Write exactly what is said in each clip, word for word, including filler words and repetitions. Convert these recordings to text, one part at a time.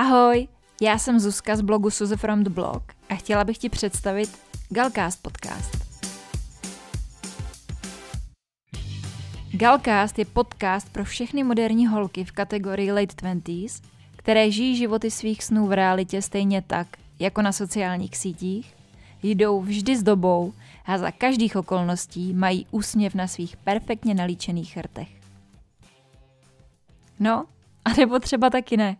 Ahoj, já jsem Zuzka z blogu Suze from the blog a chtěla bych ti představit Galcast podcast. Galcast je podcast pro všechny moderní holky v kategorii late twenties, které žijí životy svých snů v realitě stejně tak, jako na sociálních sítích, jdou vždy s dobou a za každých okolností mají úsměv na svých perfektně nalíčených rtech. No, a nebo třeba taky ne.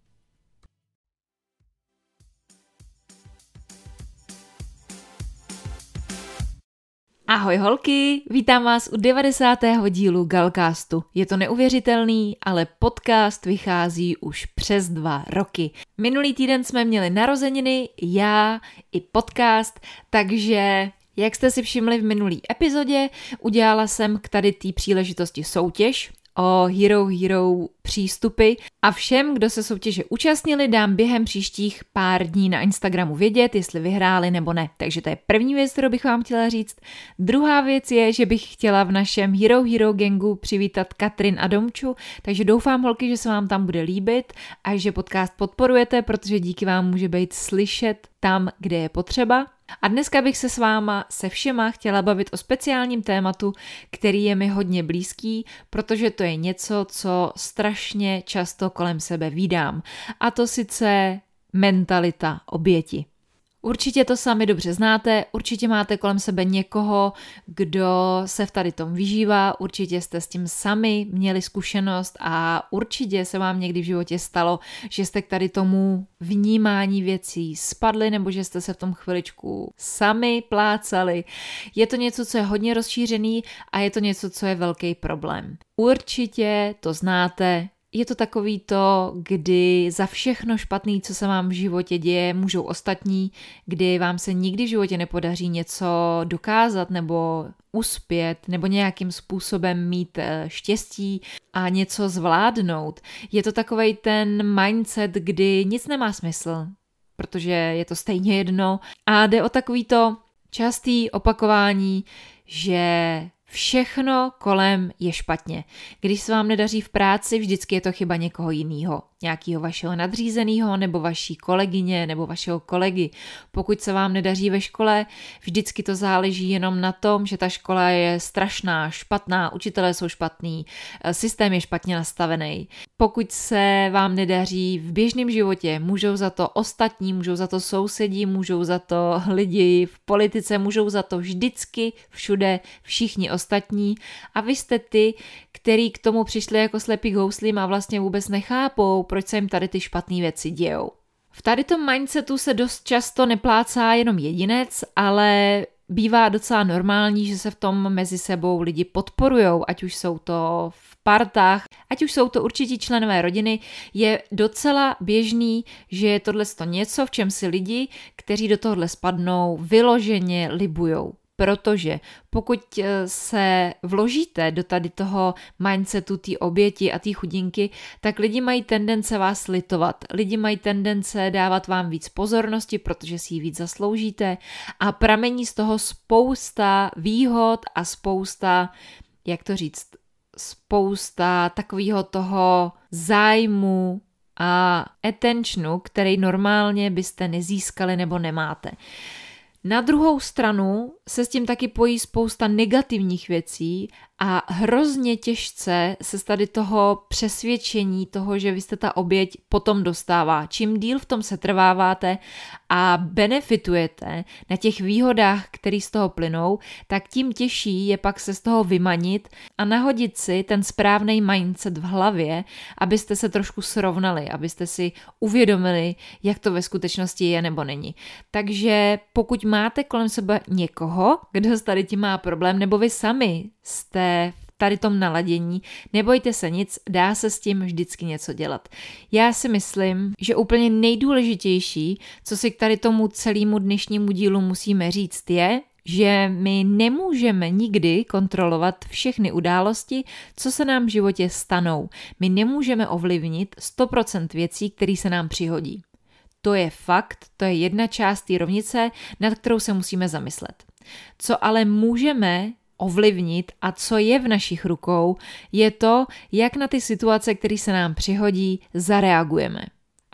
Ahoj holky, vítám vás u devadesátého dílu Galcastu. Je to neuvěřitelný, ale podcast vychází už přes dva roky. Minulý týden jsme měli narozeniny, já i podcast, takže jak jste si všimli v minulý epizodě, udělala jsem k tady té příležitosti soutěž o Hero Hero přístupy a všem, kdo se soutěže účastnili, dám během příštích pár dní na Instagramu vědět, jestli vyhráli nebo ne. Takže to je první věc, kterou bych vám chtěla říct. Druhá věc je, že bych chtěla v našem Hero Hero gangu přivítat Katrin a Domču, takže doufám, holky, že se vám tam bude líbit a že podcast podporujete, protože díky vám může být slyšet tam, kde je potřeba. A dneska bych se s váma se všema chtěla bavit o speciálním tématu, který je mi hodně blízký, protože to je něco, co strašně často kolem sebe vídám. A to sice mentalita oběti. Určitě to sami dobře znáte, určitě máte kolem sebe někoho, kdo se v tady tom vyžívá, určitě jste s tím sami měli zkušenost a určitě se vám někdy v životě stalo, že jste k tady tomu vnímání věcí spadli nebo že jste se v tom chviličku sami plácali. Je to něco, co je hodně rozšířený a je to něco, co je velký problém. Určitě to znáte. Je to takový to, kdy za všechno špatný, co se vám v životě děje, můžou ostatní, kdy vám se nikdy v životě nepodaří něco dokázat nebo uspět nebo nějakým způsobem mít štěstí a něco zvládnout. Je to takovej ten mindset, kdy nic nemá smysl, protože je to stejně jedno a jde o takový to častý opakování, že všechno kolem je špatně. Když se vám nedaří v práci, vždycky je to chyba někoho jiného. Nějakého vašeho nadřízeného, nebo vaší kolegyně, nebo vašeho kolegy. Pokud se vám nedaří ve škole, vždycky to záleží jenom na tom, že ta škola je strašná, špatná, učitelé jsou špatný, systém je špatně nastavený. Pokud se vám nedaří v běžném životě, můžou za to ostatní, můžou za to sousedí, můžou za to lidi v politice, můžou za to vždycky, všude, všichni ostatní. A vy jste ty, který k tomu přišli jako slepý houslím a vlastně vůbec nechápou, proč se jim tady ty špatné věci dějou. V tady tom mindsetu se dost často neplácá jenom jedinec, ale bývá docela normální, že se v tom mezi sebou lidi podporujou, ať už jsou to v partách, ať už jsou to určití členové rodiny. Je docela běžný, že je tohle něco, v čem si lidi, kteří do tohohle spadnou, vyloženě libujou. Protože pokud se vložíte do tady toho mindsetu té oběti a té chudinky, tak lidi mají tendence vás litovat. Lidi mají tendence dávat vám víc pozornosti, protože si ji víc zasloužíte a pramení z toho spousta výhod a spousta, jak to říct, spousta takového toho zájmu a attentionu, který normálně byste nezískali nebo nemáte. Na druhou stranu se s tím taky pojí spousta negativních věcí a hrozně těžce se z tady toho přesvědčení toho, že vy jste ta oběť, potom dostává. Čím díl v tom se trváváte a benefitujete na těch výhodách, které z toho plynou, tak tím těžší je pak se z toho vymanit a nahodit si ten správný mindset v hlavě, abyste se trošku srovnali, abyste si uvědomili, jak to ve skutečnosti je nebo není. Takže pokud máte kolem sebe někoho, kdo s tady tím má problém, nebo vy sami jste v tady tom naladění, nebojte se nic, dá se s tím vždycky něco dělat. Já si myslím, že úplně nejdůležitější, co si k tady tomu celému dnešnímu dílu musíme říct, je, že my nemůžeme nikdy kontrolovat všechny události, co se nám v životě stanou. My nemůžeme ovlivnit sto procent věcí, které se nám přihodí. To je fakt, to je jedna část té rovnice, nad kterou se musíme zamyslet. Co ale můžeme ovlivnit a co je v našich rukou, je to, jak na ty situace, které se nám přihodí, zareagujeme. A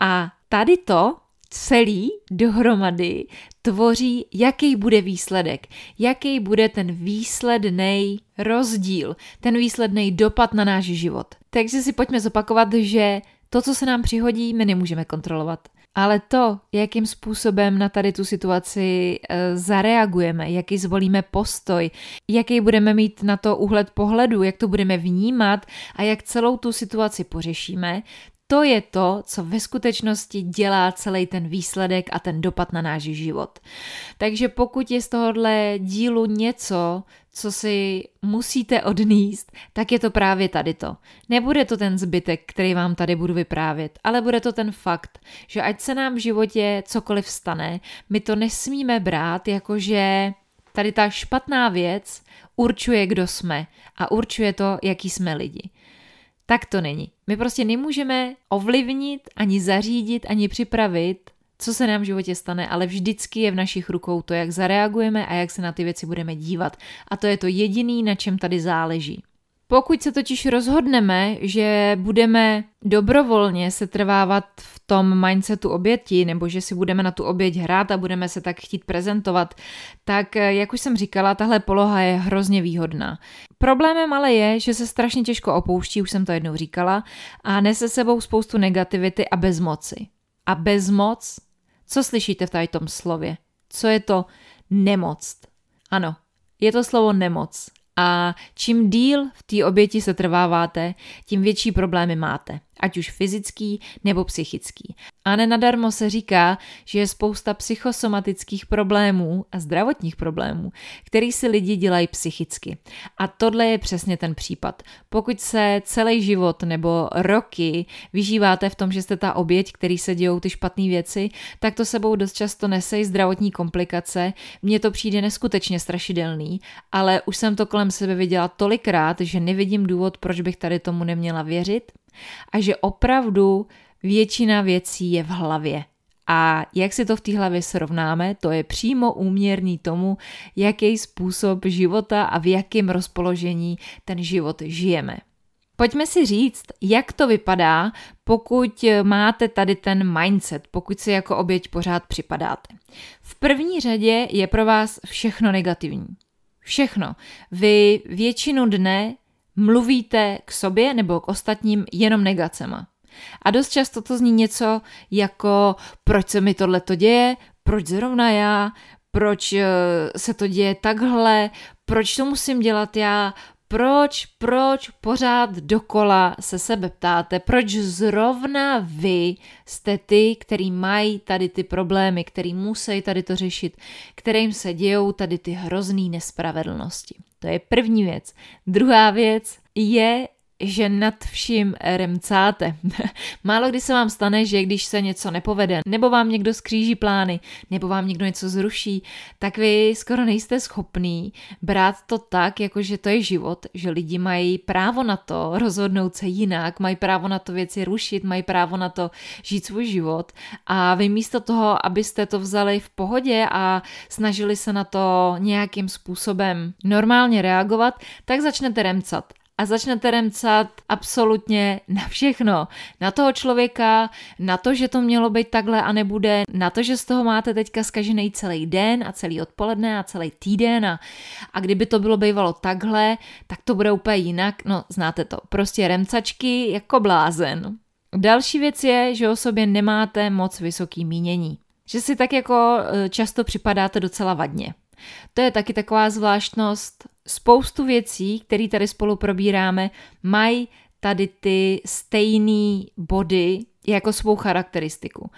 tady to celý dohromady tvoří, jaký bude výsledek, jaký bude ten výsledný rozdíl, ten výsledný dopad na náš život. Takže si pojďme zopakovat, že to, co se nám přihodí, my nemůžeme kontrolovat. Ale to, jakým způsobem na tady tu situaci e, zareagujeme, jaký zvolíme postoj, jaký budeme mít na to úhled pohledu, jak to budeme vnímat a jak celou tu situaci pořešíme, to je to, co ve skutečnosti dělá celý ten výsledek a ten dopad na náš život. Takže pokud je z tohohle dílu něco, co si musíte odníst, tak je to právě tady to. Nebude to ten zbytek, který vám tady budu vyprávět, ale bude to ten fakt, že ať se nám v životě cokoliv stane, my to nesmíme brát jako, že tady ta špatná věc určuje, kdo jsme a určuje to, jaký jsme lidi. Tak to není. My prostě nemůžeme ovlivnit, ani zařídit, ani připravit, co se nám v životě stane, ale vždycky je v našich rukou to, jak zareagujeme a jak se na ty věci budeme dívat. A to je to jediný, na čem tady záleží. Pokud se totiž rozhodneme, že budeme dobrovolně se trvávat v tom mindsetu oběti, nebo že si budeme na tu oběť hrát a budeme se tak chtít prezentovat, tak, jak už jsem říkala, tahle poloha je hrozně výhodná. Problémem ale je, že se strašně těžko opouští, už jsem to jednou říkala, a nese sebou spoustu negativity a bezmoci. A bezmoc, co slyšíte v tady tom slově? Co je to nemoc? Ano, je to slovo nemoc. A čím díl v té oběti se trváváte, tím větší problémy máte, ať už fyzický nebo psychický. A nenadarmo se říká, že je spousta psychosomatických problémů a zdravotních problémů, který si lidi dělají psychicky. A tohle je přesně ten případ. Pokud se celý život nebo roky vyžíváte v tom, že jste ta oběť, který se dějou ty špatné věci, tak to sebou dost často nese i zdravotní komplikace. Mně to přijde neskutečně strašidelný, ale už jsem to kolem sebe viděla tolikrát, že nevidím důvod, proč bych tady tomu neměla věřit. A že opravdu většina věcí je v hlavě. A jak si to v té hlavě srovnáme, to je přímo úměrný tomu, jaký způsob života a v jakém rozpoložení ten život žijeme. Pojďme si říct, jak to vypadá, pokud máte tady ten mindset, pokud si jako oběť pořád připadáte. V první řadě je pro vás všechno negativní. Všechno. Vy většinu dne mluvíte k sobě nebo k ostatním jenom negacema. A dost často to zní něco jako proč se mi tohleto děje, proč zrovna já, proč se to děje takhle, proč to musím dělat já, proč, proč pořád dokola se sebe ptáte, proč zrovna vy jste ty, který mají tady ty problémy, který musí tady to řešit, kterým se dějou tady ty hrozný nespravedlnosti. To je první věc. Druhá věc je, že nad vším remcáte. Málo kdy se vám stane, že když se něco nepovede, nebo vám někdo skříží plány, nebo vám někdo něco zruší, tak vy skoro nejste schopný brát to tak, jako že to je život, že lidi mají právo na to rozhodnout se jinak, mají právo na to věci rušit, mají právo na to žít svůj život a vy místo toho, abyste to vzali v pohodě a snažili se na to nějakým způsobem normálně reagovat, tak začnete remcat. A začnete remcat absolutně na všechno. Na toho člověka, na to, že to mělo být takhle a nebude, na to, že z toho máte teďka zkažený celý den a celý odpoledne a celý týden a, a kdyby to bylo bývalo takhle, tak to bude úplně jinak. No, znáte to. Prostě remcačky jako blázen. Další věc je, že o sobě nemáte moc vysoký mínění. Že si tak jako často připadáte docela vadně. To je taky taková zvláštnost. Spoustu věcí, které tady spolu probíráme, mají tady ty stejné body jako svou charakteristiku.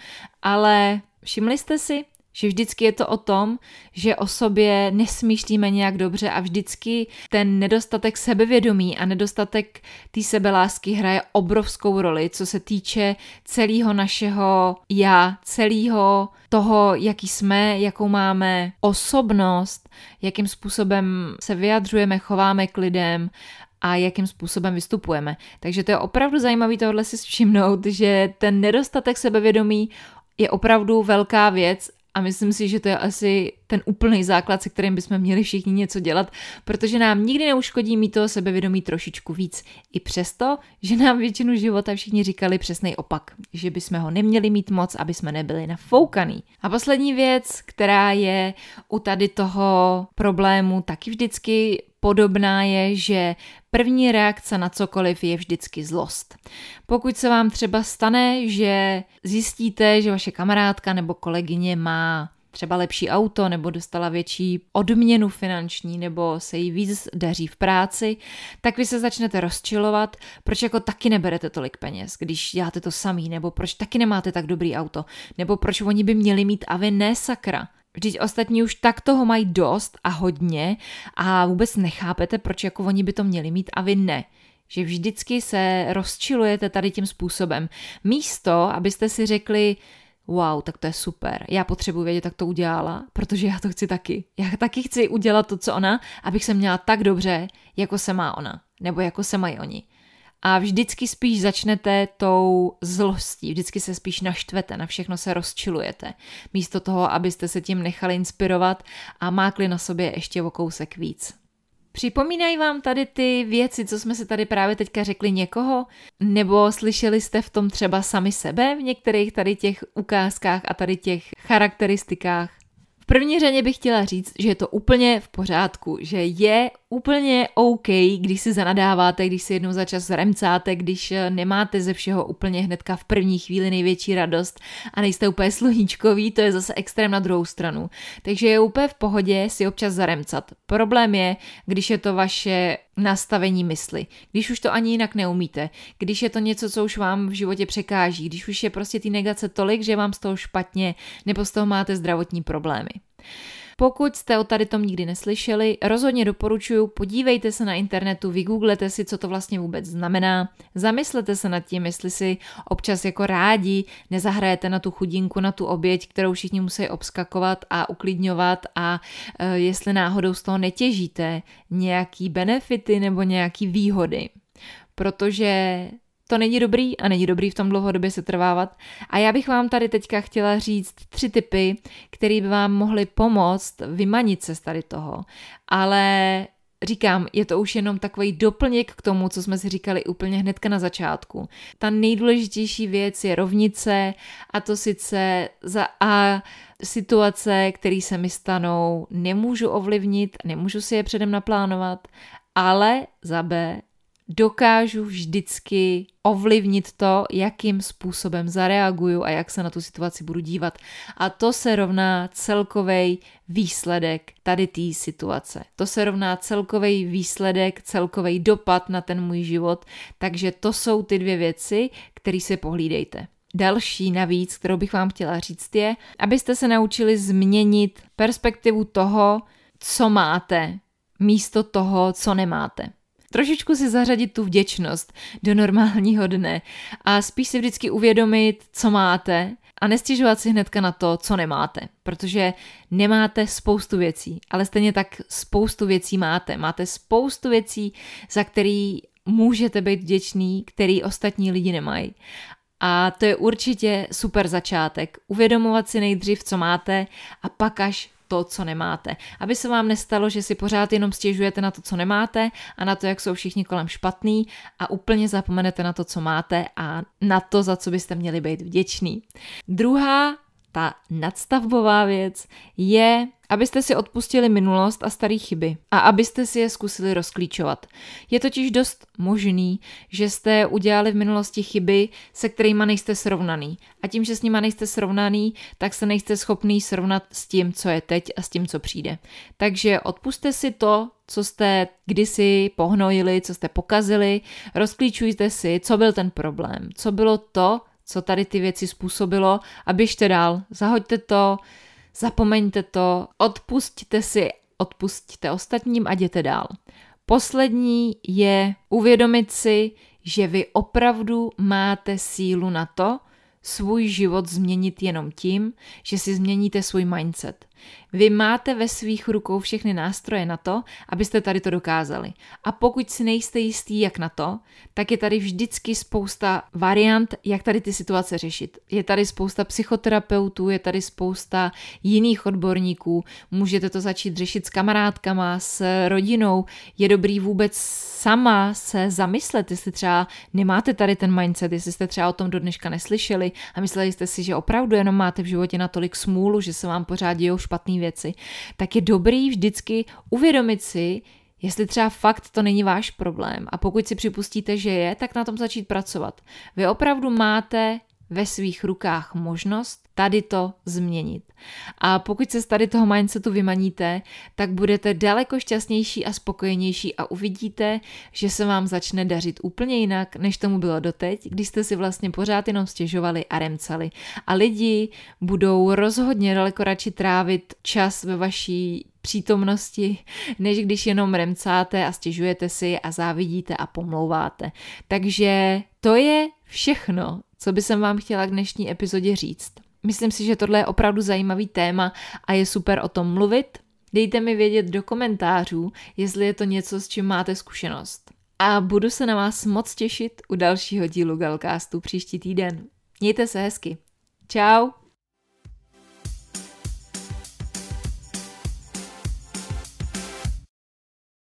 Ale všimli jste si, že vždycky je to o tom, že o sobě nesmýšlíme nějak dobře a vždycky ten nedostatek sebevědomí a nedostatek té sebelásky hraje obrovskou roli, co se týče celého našeho já, celého toho, jaký jsme, jakou máme osobnost, jakým způsobem se vyjadřujeme, chováme k lidem a jakým způsobem vystupujeme. Takže to je opravdu zajímavé tohle si všimnout, že ten nedostatek sebevědomí je opravdu velká věc A myslím si, že to je asi ten úplný základ, se kterým bychom měli všichni něco dělat, protože nám nikdy neuškodí mít toho sebevědomí trošičku víc. I přesto, že nám většinu života všichni říkali přesnej opak, že bychom ho neměli mít moc, aby jsme nebyli nafoukaný. A poslední věc, která je u tady toho problému taky vždycky podobná, je, že první reakce na cokoliv je vždycky zlost. Pokud se vám třeba stane, že zjistíte, že vaše kamarádka nebo kolegyně má třeba lepší auto nebo dostala větší odměnu finanční nebo se jí víc daří v práci, tak vy se začnete rozčilovat, proč jako taky neberete tolik peněz, když děláte to samý, nebo proč taky nemáte tak dobrý auto, nebo proč oni by měli mít a vy ne, sakra. Vždyť ostatní už tak toho mají dost a hodně a vůbec nechápete, proč jako oni by to měli mít a vy ne. Že vždycky se rozčilujete tady tím způsobem. Místo, abyste si řekli, wow, tak to je super, já potřebuji vědět, jak to udělala, protože já to chci taky. Já taky chci udělat to, co ona, abych se měla tak dobře, jako se má ona, nebo jako se mají oni. A vždycky spíš začnete tou zlostí, vždycky se spíš naštvete, na všechno se rozčilujete, místo toho, abyste se tím nechali inspirovat a mákli na sobě ještě o kousek víc. Připomínají vám tady ty věci, co jsme si tady právě teďka řekli někoho? Nebo slyšeli jste v tom třeba sami sebe v některých tady těch ukázkách a tady těch charakteristikách? V první řadě bych chtěla říct, že je to úplně v pořádku, že je úplně OK, když si zanadáváte, když si jednou za čas remcáte, když nemáte ze všeho úplně hnedka v první chvíli největší radost a nejste úplně sluníčkový, to je zase extrém na druhou stranu. Takže je úplně v pohodě si občas zaremcat. Problém je, když je to vaše nastavení mysli, když už to ani jinak neumíte, když je to něco, co už vám v životě překáží, když už je prostě ty negace tolik, že vám z toho špatně nebo z toho máte zdravotní problémy. Pokud jste o tady tom nikdy neslyšeli, rozhodně doporučuji, podívejte se na internetu, vygooglete si, co to vlastně vůbec znamená, zamyslete se nad tím, jestli si občas jako rádi nezahrajete na tu chudinku, na tu oběť, kterou všichni musí obskakovat a uklidňovat a e, jestli náhodou z toho netěžíte nějaký benefity nebo nějaký výhody. Protože to není dobrý a není dobrý v tom dlouhodobě se trvávat. A já bych vám tady teďka chtěla říct tři tipy, které by vám mohly pomoct vymanit se z tady toho. Ale říkám, je to už jenom takový doplněk k tomu, co jsme si říkali úplně hnedka na začátku. Ta nejdůležitější věc je rovnice a to sice za A situace, které se mi stanou, nemůžu ovlivnit, nemůžu si je předem naplánovat, ale za B dokážu vždycky ovlivnit to, jakým způsobem zareaguju a jak se na tu situaci budu dívat. A to se rovná celkový výsledek tady té situace. To se rovná celkový výsledek, celkový dopad na ten můj život. Takže to jsou ty dvě věci, které si pohlídejte. Další navíc, kterou bych vám chtěla říct, je, abyste se naučili změnit perspektivu toho, co máte, místo toho, co nemáte. Trošičku si zařadit tu vděčnost do normálního dne a spíš si vždycky uvědomit, co máte a nestěžovat si hnedka na to, co nemáte, protože nemáte spoustu věcí, ale stejně tak spoustu věcí máte. Máte spoustu věcí, za který můžete být vděčný, který ostatní lidi nemají. A to je určitě super začátek. Uvědomovat si nejdřív, co máte a pak až to, co nemáte. Aby se vám nestalo, že si pořád jenom stěžujete na to, co nemáte a na to, jak jsou všichni kolem špatný a úplně zapomenete na to, co máte a na to, za co byste měli být vděční. Druhá, ta nadstavbová věc je, abyste si odpustili minulost a staré chyby a abyste si je zkusili rozklíčovat. Je totiž dost možný, že jste udělali v minulosti chyby, se kterými nejste srovnaný. A tím, že s nima nejste srovnaný, tak se nejste schopný srovnat s tím, co je teď a s tím, co přijde. Takže odpuste si to, co jste kdysi pohnojili, co jste pokazili, rozklíčujte si, co byl ten problém, co bylo to, co tady ty věci způsobilo a běžte dál, zahoďte to, zapomeňte to, odpusťte si, odpusťte ostatním a jděte dál. Poslední je uvědomit si, že vy opravdu máte sílu na to, svůj život změnit jenom tím, že si změníte svůj mindset. Vy máte ve svých rukou všechny nástroje na to, abyste tady to dokázali. A pokud si nejste jistý, jak na to, tak je tady vždycky spousta variant, jak tady ty situace řešit. Je tady spousta psychoterapeutů, je tady spousta jiných odborníků, můžete to začít řešit s kamarádkama, s rodinou. Je dobrý vůbec sama se zamyslet, jestli třeba nemáte tady ten mindset, jestli jste třeba o tom do dneška neslyšeli a mysleli jste si, že opravdu jenom máte v životě natolik smůlu, že se vám pořád dějou špatné věci, tak je dobrý vždycky uvědomit si, jestli třeba fakt to není váš problém a pokud si připustíte, že je, tak na tom začít pracovat. Vy opravdu máte ve svých rukách možnost tady to změnit. A pokud se z tady toho mindsetu vymaníte, tak budete daleko šťastnější a spokojenější a uvidíte, že se vám začne dařit úplně jinak, než tomu bylo doteď, když jste si vlastně pořád jenom stěžovali a remcali. A lidi budou rozhodně daleko radši trávit čas ve vaší přítomnosti, než když jenom remcáte a stěžujete si a závidíte a pomlouváte. Takže to je všechno, co by jsem vám chtěla k dnešní epizodě říct. Myslím si, že tohle je opravdu zajímavý téma a je super o tom mluvit. Dejte mi vědět do komentářů, jestli je to něco, s čím máte zkušenost. A budu se na vás moc těšit u dalšího dílu Galcastu příští týden. Mějte se hezky. Čau!